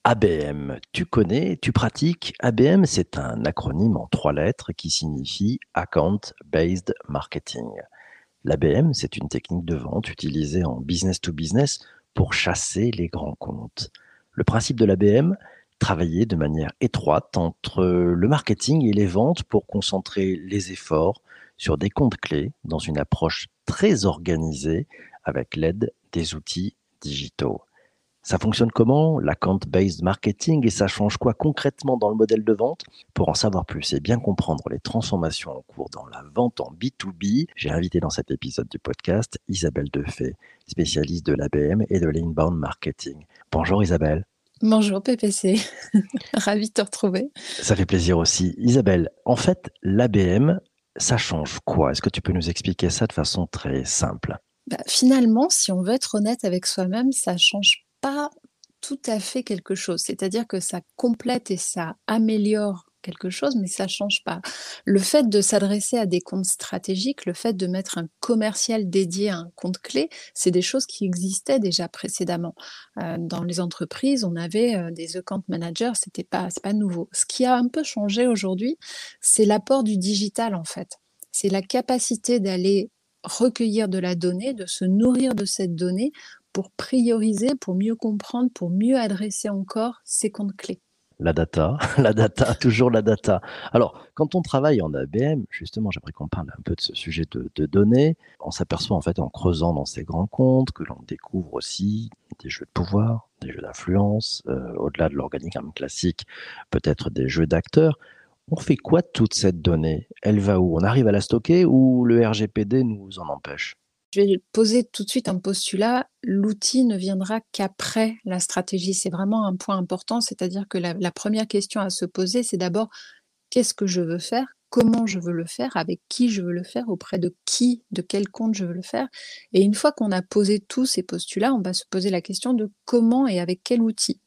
ABM, tu connais, tu pratiques. ABM, c'est un acronyme en 3 lettres qui signifie Account Based Marketing. L'ABM, c'est une technique de vente utilisée en business to business pour chasser les grands comptes. Le principe de l'ABM, travailler de manière étroite entre le marketing et les ventes pour concentrer les efforts sur des comptes clés dans une approche très organisée avec l'aide des outils digitaux. Ça fonctionne comment, l'account-based marketing, et ça change quoi concrètement dans le modèle de vente? Pour en savoir plus et bien comprendre les transformations en cours dans la vente en B2B, j'ai invité dans cet épisode du podcast Isabelle Defay, spécialiste de l'ABM et de l'inbound marketing. Bonjour Isabelle. Bonjour PPC, ravie de te retrouver. Ça fait plaisir aussi. Isabelle, en fait, l'ABM, ça change quoi? Est-ce que tu peux nous expliquer ça de façon très simple? Finalement, si on veut être honnête avec soi-même, ça change pas tout à fait quelque chose. C'est-à-dire que ça complète et ça améliore quelque chose, mais ça change pas. Le fait de s'adresser à des comptes stratégiques, le fait de mettre un commercial dédié à un compte clé, c'est des choses qui existaient déjà précédemment. Dans les entreprises, on avait des account managers, c'est pas nouveau. Ce qui a un peu changé aujourd'hui, c'est l'apport du digital en fait. C'est la capacité d'aller recueillir de la donnée, de se nourrir de cette donnée pour prioriser, pour mieux comprendre, pour mieux adresser encore ces comptes clés. La data, la data, toujours la data. Alors, quand on travaille en ABM, justement, j'aimerais qu'on parle un peu de ce sujet de données. On s'aperçoit en fait en creusant dans ces grands comptes que l'on découvre aussi des jeux de pouvoir, des jeux d'influence, au-delà de l'organigramme classique, peut-être des jeux d'acteurs. On fait quoi de toute cette donnée? Elle va où? On arrive à la stocker ou le RGPD nous en empêche? Je vais poser tout de suite un postulat, l'outil ne viendra qu'après la stratégie. C'est vraiment un point important, c'est-à-dire que la première question à se poser, c'est d'abord qu'est-ce que je veux faire, comment je veux le faire, avec qui je veux le faire, auprès de qui, de quel compte je veux le faire. Et une fois qu'on a posé tous ces postulats, on va se poser la question de comment et avec quel outil.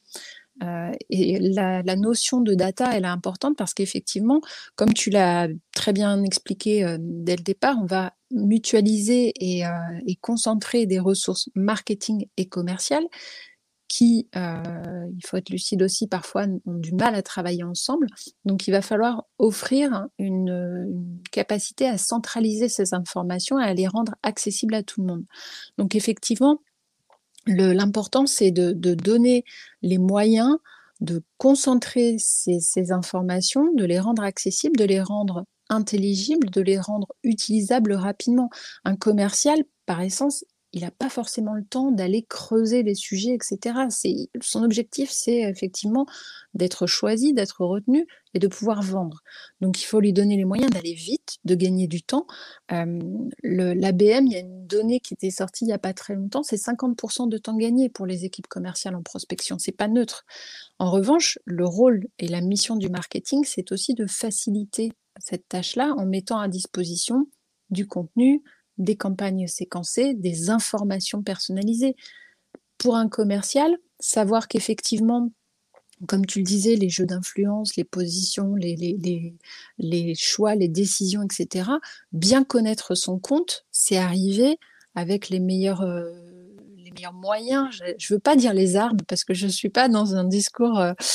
Et la notion de data, elle est importante parce qu'effectivement, comme tu l'as très bien expliqué dès le départ, on va mutualiser et concentrer des ressources marketing et commerciales qui, il faut être lucide aussi, parfois ont du mal à travailler ensemble. Donc il va falloir offrir une capacité à centraliser ces informations et à les rendre accessibles à tout le monde. Donc effectivement, l'important, c'est de donner les moyens de concentrer ces informations, de les rendre accessibles, de les rendre intelligibles, de les rendre utilisables rapidement. Un commercial, par essence, il n'a pas forcément le temps d'aller creuser les sujets, etc. Son objectif, c'est effectivement d'être choisi, d'être retenu et de pouvoir vendre. Donc il faut lui donner les moyens d'aller vite, de gagner du temps. L'ABM, il y a une donnée qui était sortie il n'y a pas très longtemps, c'est 50% de temps gagné pour les équipes commerciales en prospection. C'est pas neutre. En revanche, le rôle et la mission du marketing, c'est aussi de faciliter cette tâche-là en mettant à disposition du contenu, des campagnes séquencées, des informations personnalisées. Pour un commercial, savoir qu'effectivement, comme tu le disais, les jeux d'influence, les positions, les choix, les décisions, etc. Bien connaître son compte, c'est arriver avec les meilleurs moyens. Je ne veux pas dire les armes parce que je ne suis pas dans un discours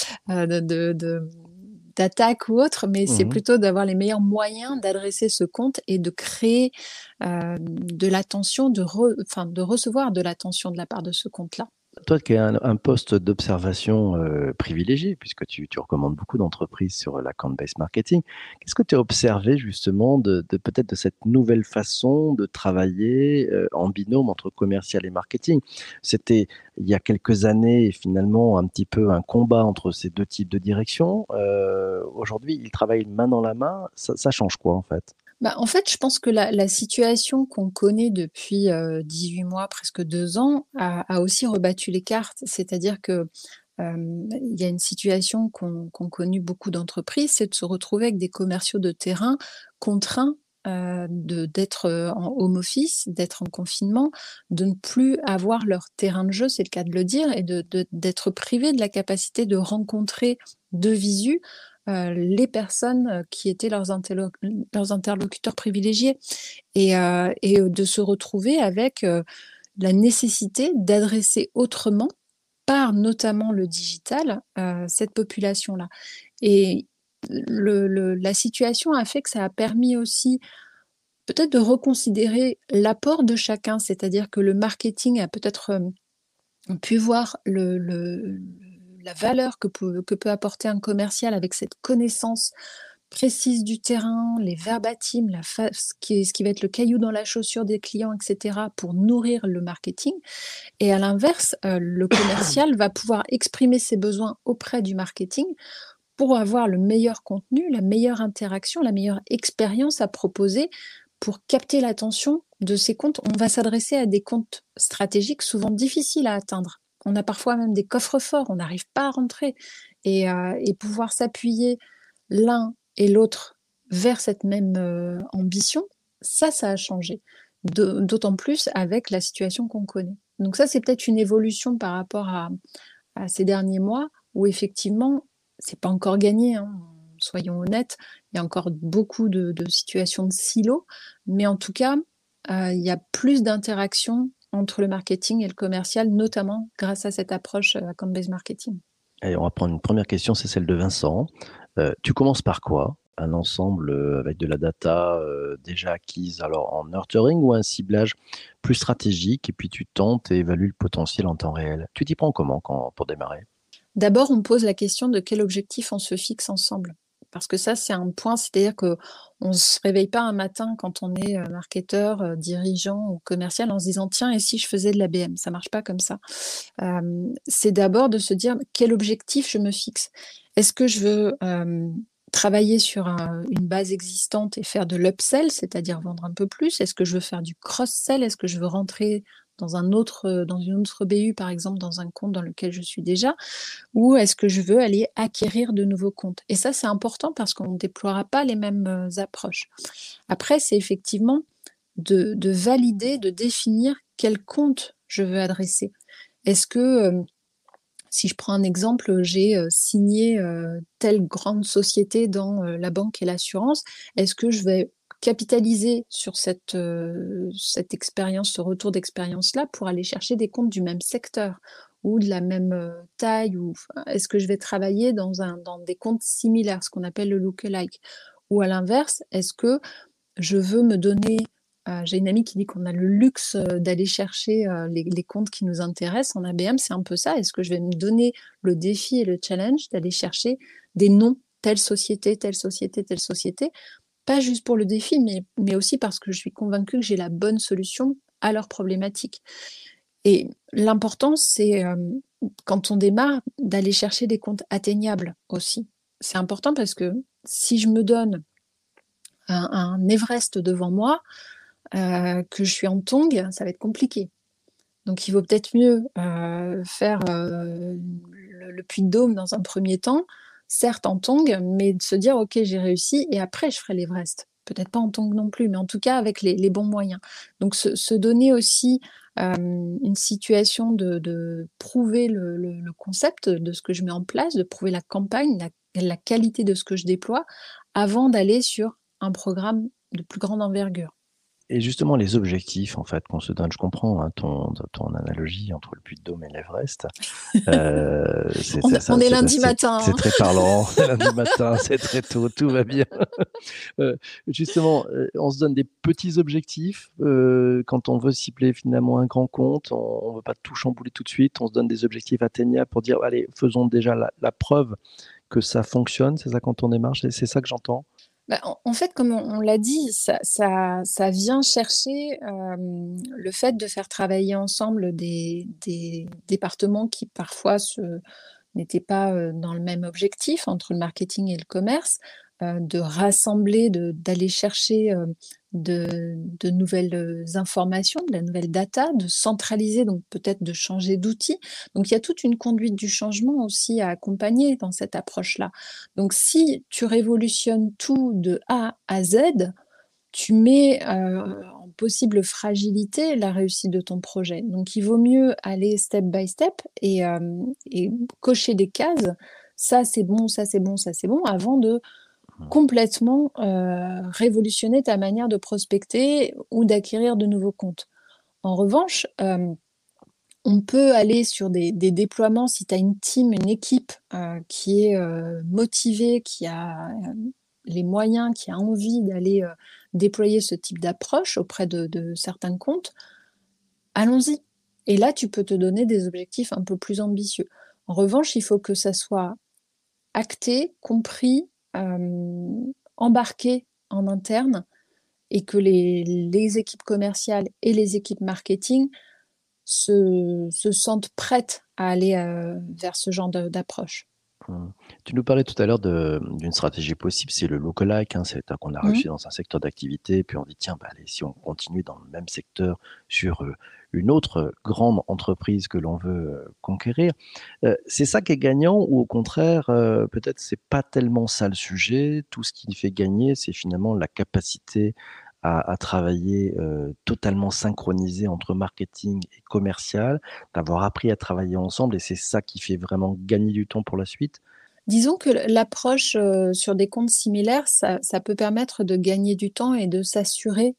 d'attaque ou autre, mais c'est Mhm. plutôt d'avoir les meilleurs moyens d'adresser ce compte et de créer de l'attention, de recevoir de l'attention de la part de ce compte-là. Toi qui as un poste d'observation privilégié, puisque tu recommandes beaucoup d'entreprises sur l'account-based marketing, qu'est-ce que tu as observé justement de peut-être de cette nouvelle façon de travailler en binôme entre commercial et marketing? C'était il y a quelques années finalement un petit peu un combat entre ces deux types de directions. Aujourd'hui, ils travaillent main dans la main. Ça change quoi en fait? En fait, je pense que la situation qu'on connaît depuis 18 mois, presque 2 ans, a aussi rebattu les cartes. C'est-à-dire que il y a une situation qu'ont connue beaucoup d'entreprises, c'est de se retrouver avec des commerciaux de terrain contraints d'être en home office, d'être en confinement, de ne plus avoir leur terrain de jeu, c'est le cas de le dire, et d'être privés de la capacité de rencontrer de visu les personnes qui étaient leurs interlocuteurs privilégiés et de se retrouver avec la nécessité d'adresser autrement par notamment le digital, cette population-là. Et la situation a fait que ça a permis aussi peut-être de reconsidérer l'apport de chacun, c'est-à-dire que le marketing a peut-être pu voir la valeur que peut apporter un commercial avec cette connaissance précise du terrain, les verbatims, ce qui va être le caillou dans la chaussure des clients, etc., pour nourrir le marketing. Et à l'inverse, le commercial va pouvoir exprimer ses besoins auprès du marketing pour avoir le meilleur contenu, la meilleure interaction, la meilleure expérience à proposer pour capter l'attention de ces comptes. On va s'adresser à des comptes stratégiques souvent difficiles à atteindre. On a parfois même des coffres-forts, on n'arrive pas à rentrer. Et pouvoir s'appuyer l'un et l'autre vers cette même ambition, ça a changé. D'autant plus avec la situation qu'on connaît. Donc ça, c'est peut-être une évolution par rapport à ces derniers mois où effectivement, c'est pas encore gagné, hein, soyons honnêtes, il y a encore beaucoup de situations de silos, mais en tout cas, il y a plus d'interaction entre le marketing et le commercial, notamment grâce à cette approche account-based marketing. Allez, on va prendre une première question, c'est celle de Vincent. Tu commences par quoi? Un ensemble avec de la data déjà acquise, alors en nurturing ou un ciblage plus stratégique, et puis tu tentes et évalues le potentiel en temps réel. Tu t'y prends comment pour démarrer? D'abord, on pose la question de quel objectif on se fixe ensemble. Parce que ça, c'est un point, c'est-à-dire qu'on ne se réveille pas un matin quand on est marketeur, dirigeant ou commercial en se disant tiens, et si je faisais de l'ABM? Ça ne marche pas comme ça. C'est d'abord de se dire quel objectif je me fixe. Est-ce que je veux travailler sur une base existante et faire de l'upsell, c'est-à-dire vendre un peu plus? Est-ce que je veux faire du cross-sell? Est-ce que je veux rentrer dans une autre BU, par exemple, dans un compte dans lequel je suis déjà? Ou est-ce que je veux aller acquérir de nouveaux comptes? Et ça, c'est important parce qu'on ne déploiera pas les mêmes approches. Après, c'est effectivement de valider, de définir quel compte je veux adresser. Est-ce que, si je prends un exemple, j'ai signé telle grande société dans la banque et l'assurance, est-ce que je vais capitaliser sur cette expérience, ce retour d'expérience-là pour aller chercher des comptes du même secteur ou de la même taille ou est-ce que je vais travailler dans des comptes similaires, ce qu'on appelle le lookalike? Ou à l'inverse, est-ce que je veux me donner j'ai une amie qui dit qu'on a le luxe d'aller chercher les comptes qui nous intéressent en ABM, c'est un peu ça. Est-ce que je vais me donner le défi et le challenge d'aller chercher des noms, telle société, telle société, telle société, pas juste pour le défi, mais aussi parce que je suis convaincue que j'ai la bonne solution à leurs problématiques. Et l'important, c'est quand on démarre, d'aller chercher des comptes atteignables aussi. C'est important parce que si je me donne un Everest devant moi, que je suis en tongs, ça va être compliqué. Donc il vaut peut-être mieux faire le Puy de Dôme dans un premier temps, certes en tongs, mais de se dire ok j'ai réussi et après je ferai l'Everest. Peut-être pas en tongs non plus, mais en tout cas avec les bons moyens. Donc se donner aussi une situation de prouver le concept de ce que je mets en place, de prouver la campagne, la qualité de ce que je déploie, avant d'aller sur un programme de plus grande envergure. Et justement, les objectifs en fait qu'on se donne, je comprends hein, ton analogie entre le Puy de Dôme et l'Everest. On est lundi matin. C'est très parlant. Lundi matin, c'est très tôt, tout va bien. Justement, on se donne des petits objectifs quand on veut cibler finalement un grand compte. On ne veut pas tout chambouler tout de suite. On se donne des objectifs atteignables pour dire allez, faisons déjà la preuve que ça fonctionne. C'est ça quand on démarre. C'est ça que j'entends. Bah, en fait, comme on l'a dit, ça vient chercher le fait de faire travailler ensemble des départements qui parfois n'étaient pas dans le même objectif entre le marketing et le commerce, de rassembler, d'aller chercher de nouvelles informations, de la nouvelle data, de centraliser, donc peut-être de changer d'outil. Donc il y a toute une conduite du changement aussi à accompagner dans cette approche-là. Donc si tu révolutionnes tout de A à Z, tu mets en possible fragilité la réussite de ton projet. Donc il vaut mieux aller step by step et cocher des cases. Ça c'est bon, ça c'est bon, ça c'est bon, avant de complètement révolutionner ta manière de prospecter ou d'acquérir de nouveaux comptes. En revanche, On peut aller sur des déploiements si tu as une team, une équipe qui est motivée, qui a les moyens, qui a envie d'aller déployer ce type d'approche auprès de certains comptes, allons-y. Et là, tu peux te donner des objectifs un peu plus ambitieux. En revanche, il faut que ça soit acté, compris, embarqué en interne et que les équipes commerciales et les équipes marketing se sentent prêtes à aller vers ce genre d'approche. Mmh. Tu nous parlais tout à l'heure d'une stratégie possible, c'est le lookalike, hein. C'est-à-dire qu'on a Mmh. réussi dans un secteur d'activité, puis on dit: «Tiens, bah, allez, si on continue dans le même secteur sur, une autre grande entreprise que l'on veut, conquérir». C'est ça qui est gagnant ou au contraire, peut-être c'est pas tellement ça le sujet? Tout ce qui fait gagner, c'est finalement la capacité à travailler, totalement synchronisé entre marketing et commercial, d'avoir appris à travailler ensemble et c'est ça qui fait vraiment gagner du temps pour la suite? Disons que l'approche sur des comptes similaires, ça peut permettre de gagner du temps et de s'assurer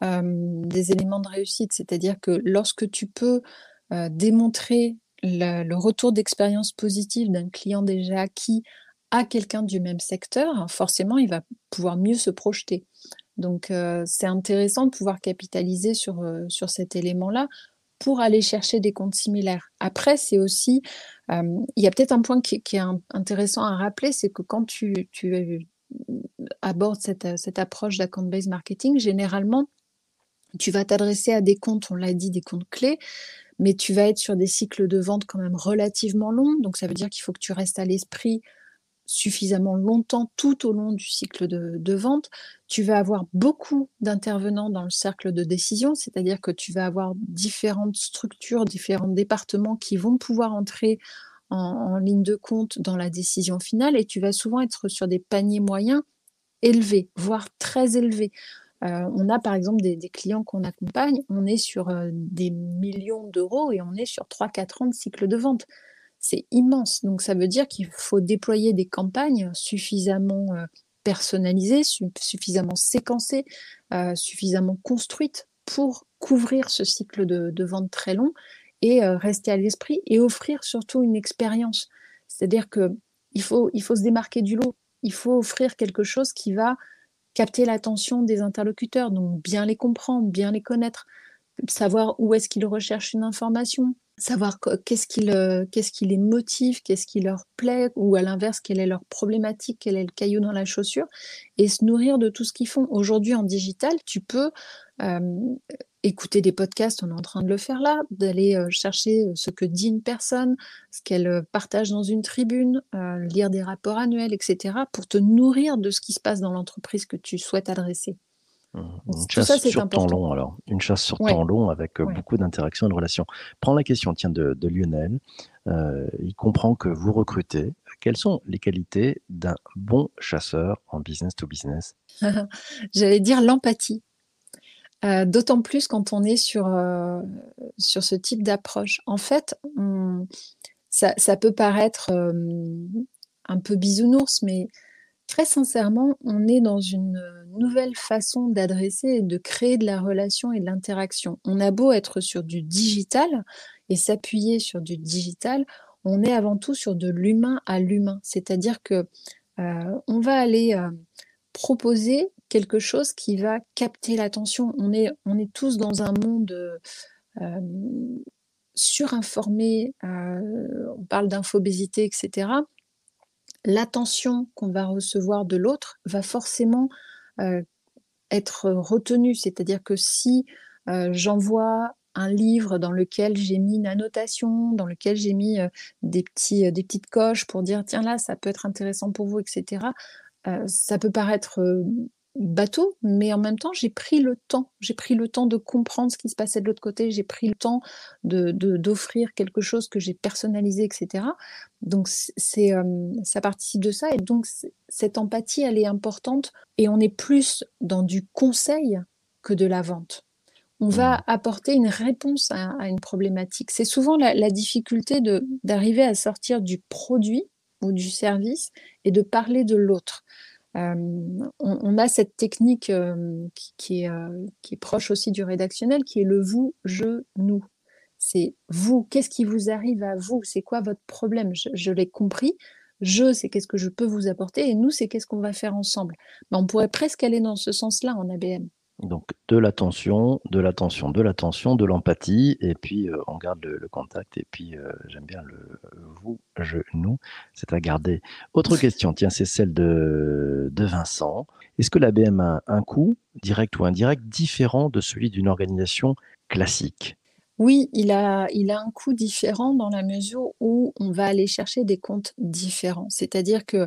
des éléments de réussite. C'est-à-dire que lorsque tu peux démontrer le retour d'expérience positive d'un client déjà acquis à quelqu'un du même secteur, forcément, il va pouvoir mieux se projeter. Donc, c'est intéressant de pouvoir capitaliser sur cet élément-là pour aller chercher des comptes similaires. Après, c'est aussi, il y a peut-être un point qui est intéressant à rappeler, c'est que quand tu abordes cette approche d'account based marketing, généralement, tu vas t'adresser à des comptes, on l'a dit, des comptes clés, mais tu vas être sur des cycles de vente quand même relativement longs. Donc ça veut dire qu'il faut que tu restes à l'esprit suffisamment longtemps tout au long du cycle de vente. Tu vas avoir beaucoup d'intervenants dans le cercle de décision, c'est-à-dire que tu vas avoir différentes structures, différents départements qui vont pouvoir entrer en ligne de compte dans la décision finale et tu vas souvent être sur des paniers moyens élevés, voire très élevés. On a par exemple des clients qu'on accompagne, on est sur des millions d'euros et on est sur 3-4 ans de cycle de vente. C'est immense. Donc ça veut dire qu'il faut déployer des campagnes suffisamment personnalisées, suffisamment séquencées, suffisamment construites pour couvrir ce cycle de vente très long et rester à l'esprit et offrir surtout une expérience. C'est-à-dire que il faut se démarquer du lot. Il faut offrir quelque chose qui va capter l'attention des interlocuteurs, donc bien les comprendre, bien les connaître, savoir où est-ce qu'ils recherchent une information, savoir qu'est-ce qui les motive, qu'est-ce qui leur plaît, ou à l'inverse, quelle est leur problématique, quel est le caillou dans la chaussure, et se nourrir de tout ce qu'ils font. Aujourd'hui, en digital, tu peux écouter des podcasts, on est en train de le faire là, d'aller chercher ce que dit une personne, ce qu'elle partage dans une tribune, lire des rapports annuels, etc., pour te nourrir de ce qui se passe dans l'entreprise que tu souhaites adresser. Mmh. Donc, Une tout ça, chasse c'est sur temps important. long alors, une chasse sur temps Ouais, long avec, ouais. beaucoup d'interactions et de relations. Prends la question tiens de Lionel, il comprend que vous recrutez. Quelles sont les qualités d'un bon chasseur en business to business? J'allais dire l'empathie. D'autant plus quand on est sur ce type d'approche. En fait, ça peut paraître un peu bisounours, mais très sincèrement, on est dans une nouvelle façon d'adresser et de créer de la relation et de l'interaction. On a beau être sur du digital et s'appuyer sur du digital, on est avant tout sur de l'humain à l'humain. C'est-à-dire que on va aller proposer quelque chose qui va capter l'attention. On est tous dans un monde surinformé, on parle d'infobésité, etc. L'attention qu'on va recevoir de l'autre va forcément euh, être retenue. C'est-à-dire que si j'envoie un livre dans lequel j'ai mis une annotation, dans lequel j'ai mis des petites coches pour dire tiens là, ça peut être intéressant pour vous, etc. Ça peut paraître bateau, mais en même temps, j'ai pris le temps. J'ai pris le temps de comprendre ce qui se passait de l'autre côté. J'ai pris le temps d'offrir quelque chose que j'ai personnalisé, etc. Donc, ça participe de ça. Et donc, cette empathie, elle est importante. Et on est plus dans du conseil que de la vente. On Mmh. va apporter une réponse à une problématique. C'est souvent la difficulté d'arriver à sortir du produit ou du service et de parler de l'autre. On a cette technique qui est proche aussi du rédactionnel, qui est le vous, je, nous. C'est vous, qu'est-ce qui vous arrive à vous? C'est quoi votre problème? Je l'ai compris. Je, c'est qu'est-ce que je peux vous apporter et nous, c'est qu'est-ce qu'on va faire ensemble. Mais on pourrait presque aller dans ce sens-là en ABM. Donc de l'attention, de l'attention, de l'attention, de l'empathie, et puis on garde le contact, et puis j'aime bien le vous, je, nous, c'est à garder. Autre question, tiens, c'est celle de Vincent. Est-ce que l'ABM a un coût, direct ou indirect, différent de celui d'une organisation classique? Oui, il a un coût différent dans la mesure où on va aller chercher des comptes différents. C'est-à-dire que,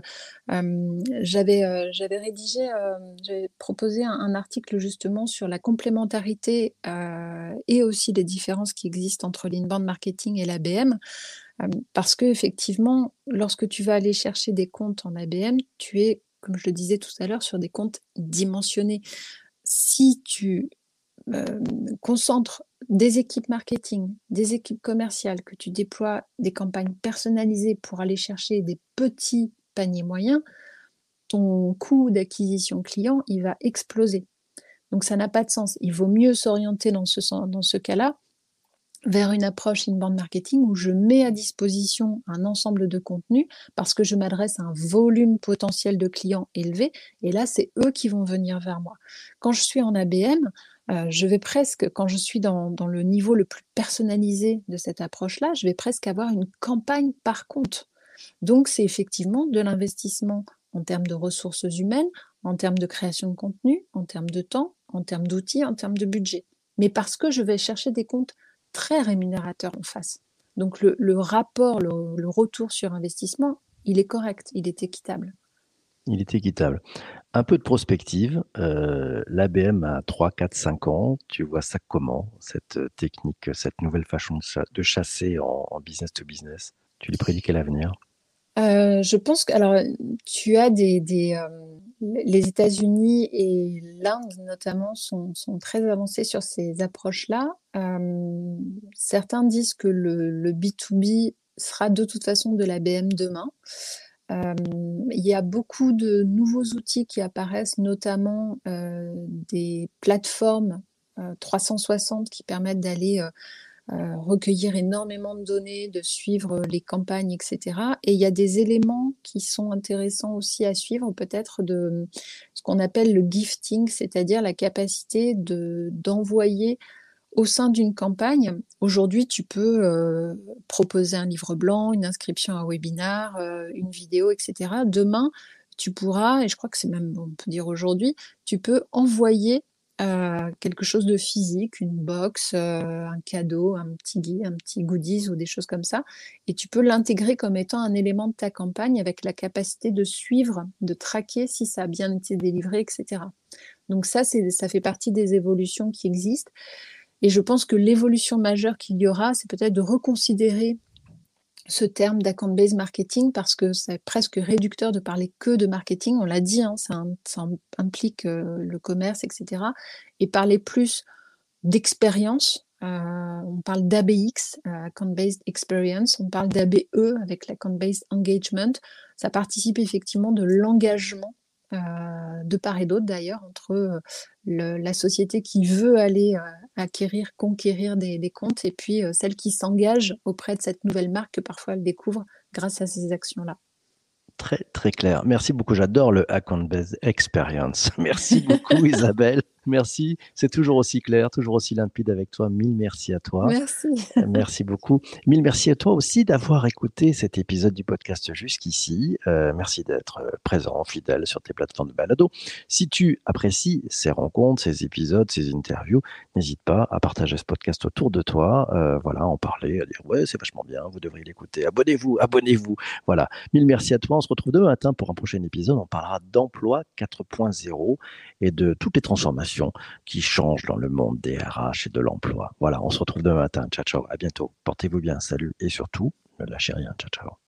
j'avais rédigé, j'avais proposé un article justement sur la complémentarité, et aussi les différences qui existent entre l'inbound marketing et l'ABM. Parce qu'effectivement, lorsque tu vas aller chercher des comptes en ABM, tu es, comme je le disais tout à l'heure, sur des comptes dimensionnés. Si tu concentre des équipes marketing, des équipes commerciales, que tu déploies des campagnes personnalisées pour aller chercher des petits paniers moyens, ton coût d'acquisition client, il va exploser. Donc ça n'a pas de sens. Il vaut mieux s'orienter dans ce cas-là vers une approche inbound marketing où je mets à disposition un ensemble de contenus parce que je m'adresse à un volume potentiel de clients élevé et là, c'est eux qui vont venir vers moi. Quand je suis en ABM, je vais presque, quand je suis dans le niveau le plus personnalisé de cette approche-là, je vais presque avoir une campagne par compte. Donc, c'est effectivement de l'investissement en termes de ressources humaines, en termes de création de contenu, en termes de temps, en termes d'outils, en termes de budget. Mais parce que je vais chercher des comptes très rémunérateurs en face. Donc, le rapport, le retour sur investissement, il est correct, il est équitable. Il est équitable. Un peu de prospective, l'ABM a 3, 4, 5 ans. Tu vois ça comment, cette technique, cette nouvelle façon de chasser en business to business? Tu lui prédis quel avenir? Je pense que alors, tu as les États-Unis et l'Inde notamment sont très avancés sur ces approches-là. Certains disent que le B2B sera de toute façon de l'ABM demain. Il y a beaucoup de nouveaux outils qui apparaissent, notamment, des plateformes, 360 qui permettent d'aller, recueillir énormément de données, de suivre les campagnes, etc. Et il y a des éléments qui sont intéressants aussi à suivre, peut-être de ce qu'on appelle le gifting, c'est-à-dire la capacité d'envoyer au sein d'une campagne. Aujourd'hui, tu peux proposer un livre blanc, une inscription à un webinar, une vidéo, etc. Demain, tu pourras, et je crois que c'est même, on peut dire aujourd'hui, tu peux envoyer quelque chose de physique, une box, un cadeau, un petit goodies ou des choses comme ça, et tu peux l'intégrer comme étant un élément de ta campagne avec la capacité de suivre, de traquer si ça a bien été délivré, etc. Donc ça fait partie des évolutions qui existent. Et je pense que l'évolution majeure qu'il y aura, c'est peut-être de reconsidérer ce terme d'account-based marketing parce que c'est presque réducteur de parler que de marketing. On l'a dit, hein, ça implique le commerce, etc. Et parler plus d'expérience. On parle d'ABX, Account-Based Experience. On parle d'ABE avec l'Account-Based Engagement. Ça participe effectivement de l'engagement de part et d'autre d'ailleurs, entre la société qui veut aller conquérir des comptes et puis celle qui s'engage auprès de cette nouvelle marque que parfois elle découvre grâce à ces actions-là. Très, très clair. Merci beaucoup. J'adore le Account-Based Experience. Merci beaucoup, Isabelle. Merci. C'est toujours aussi clair, toujours aussi limpide avec toi. Mille merci à toi. Merci. Merci beaucoup. Mille merci à toi aussi d'avoir écouté cet épisode du podcast jusqu'ici. Merci d'être présent, fidèle sur tes plateformes de balado. Si tu apprécies ces rencontres, ces épisodes, ces interviews, n'hésite pas à partager ce podcast autour de toi. Voilà, en parler, à dire ouais, c'est vachement bien, vous devriez l'écouter. Abonnez-vous, abonnez-vous. Voilà. Mille merci à toi. On se retrouve demain matin pour un prochain épisode. On parlera d'emploi 4.0 et de toutes les transformations qui changent dans le monde des RH et de l'emploi. Voilà, on se retrouve demain matin. Ciao, ciao. À bientôt. Portez-vous bien. Salut. Et surtout, ne lâchez rien. Ciao, ciao.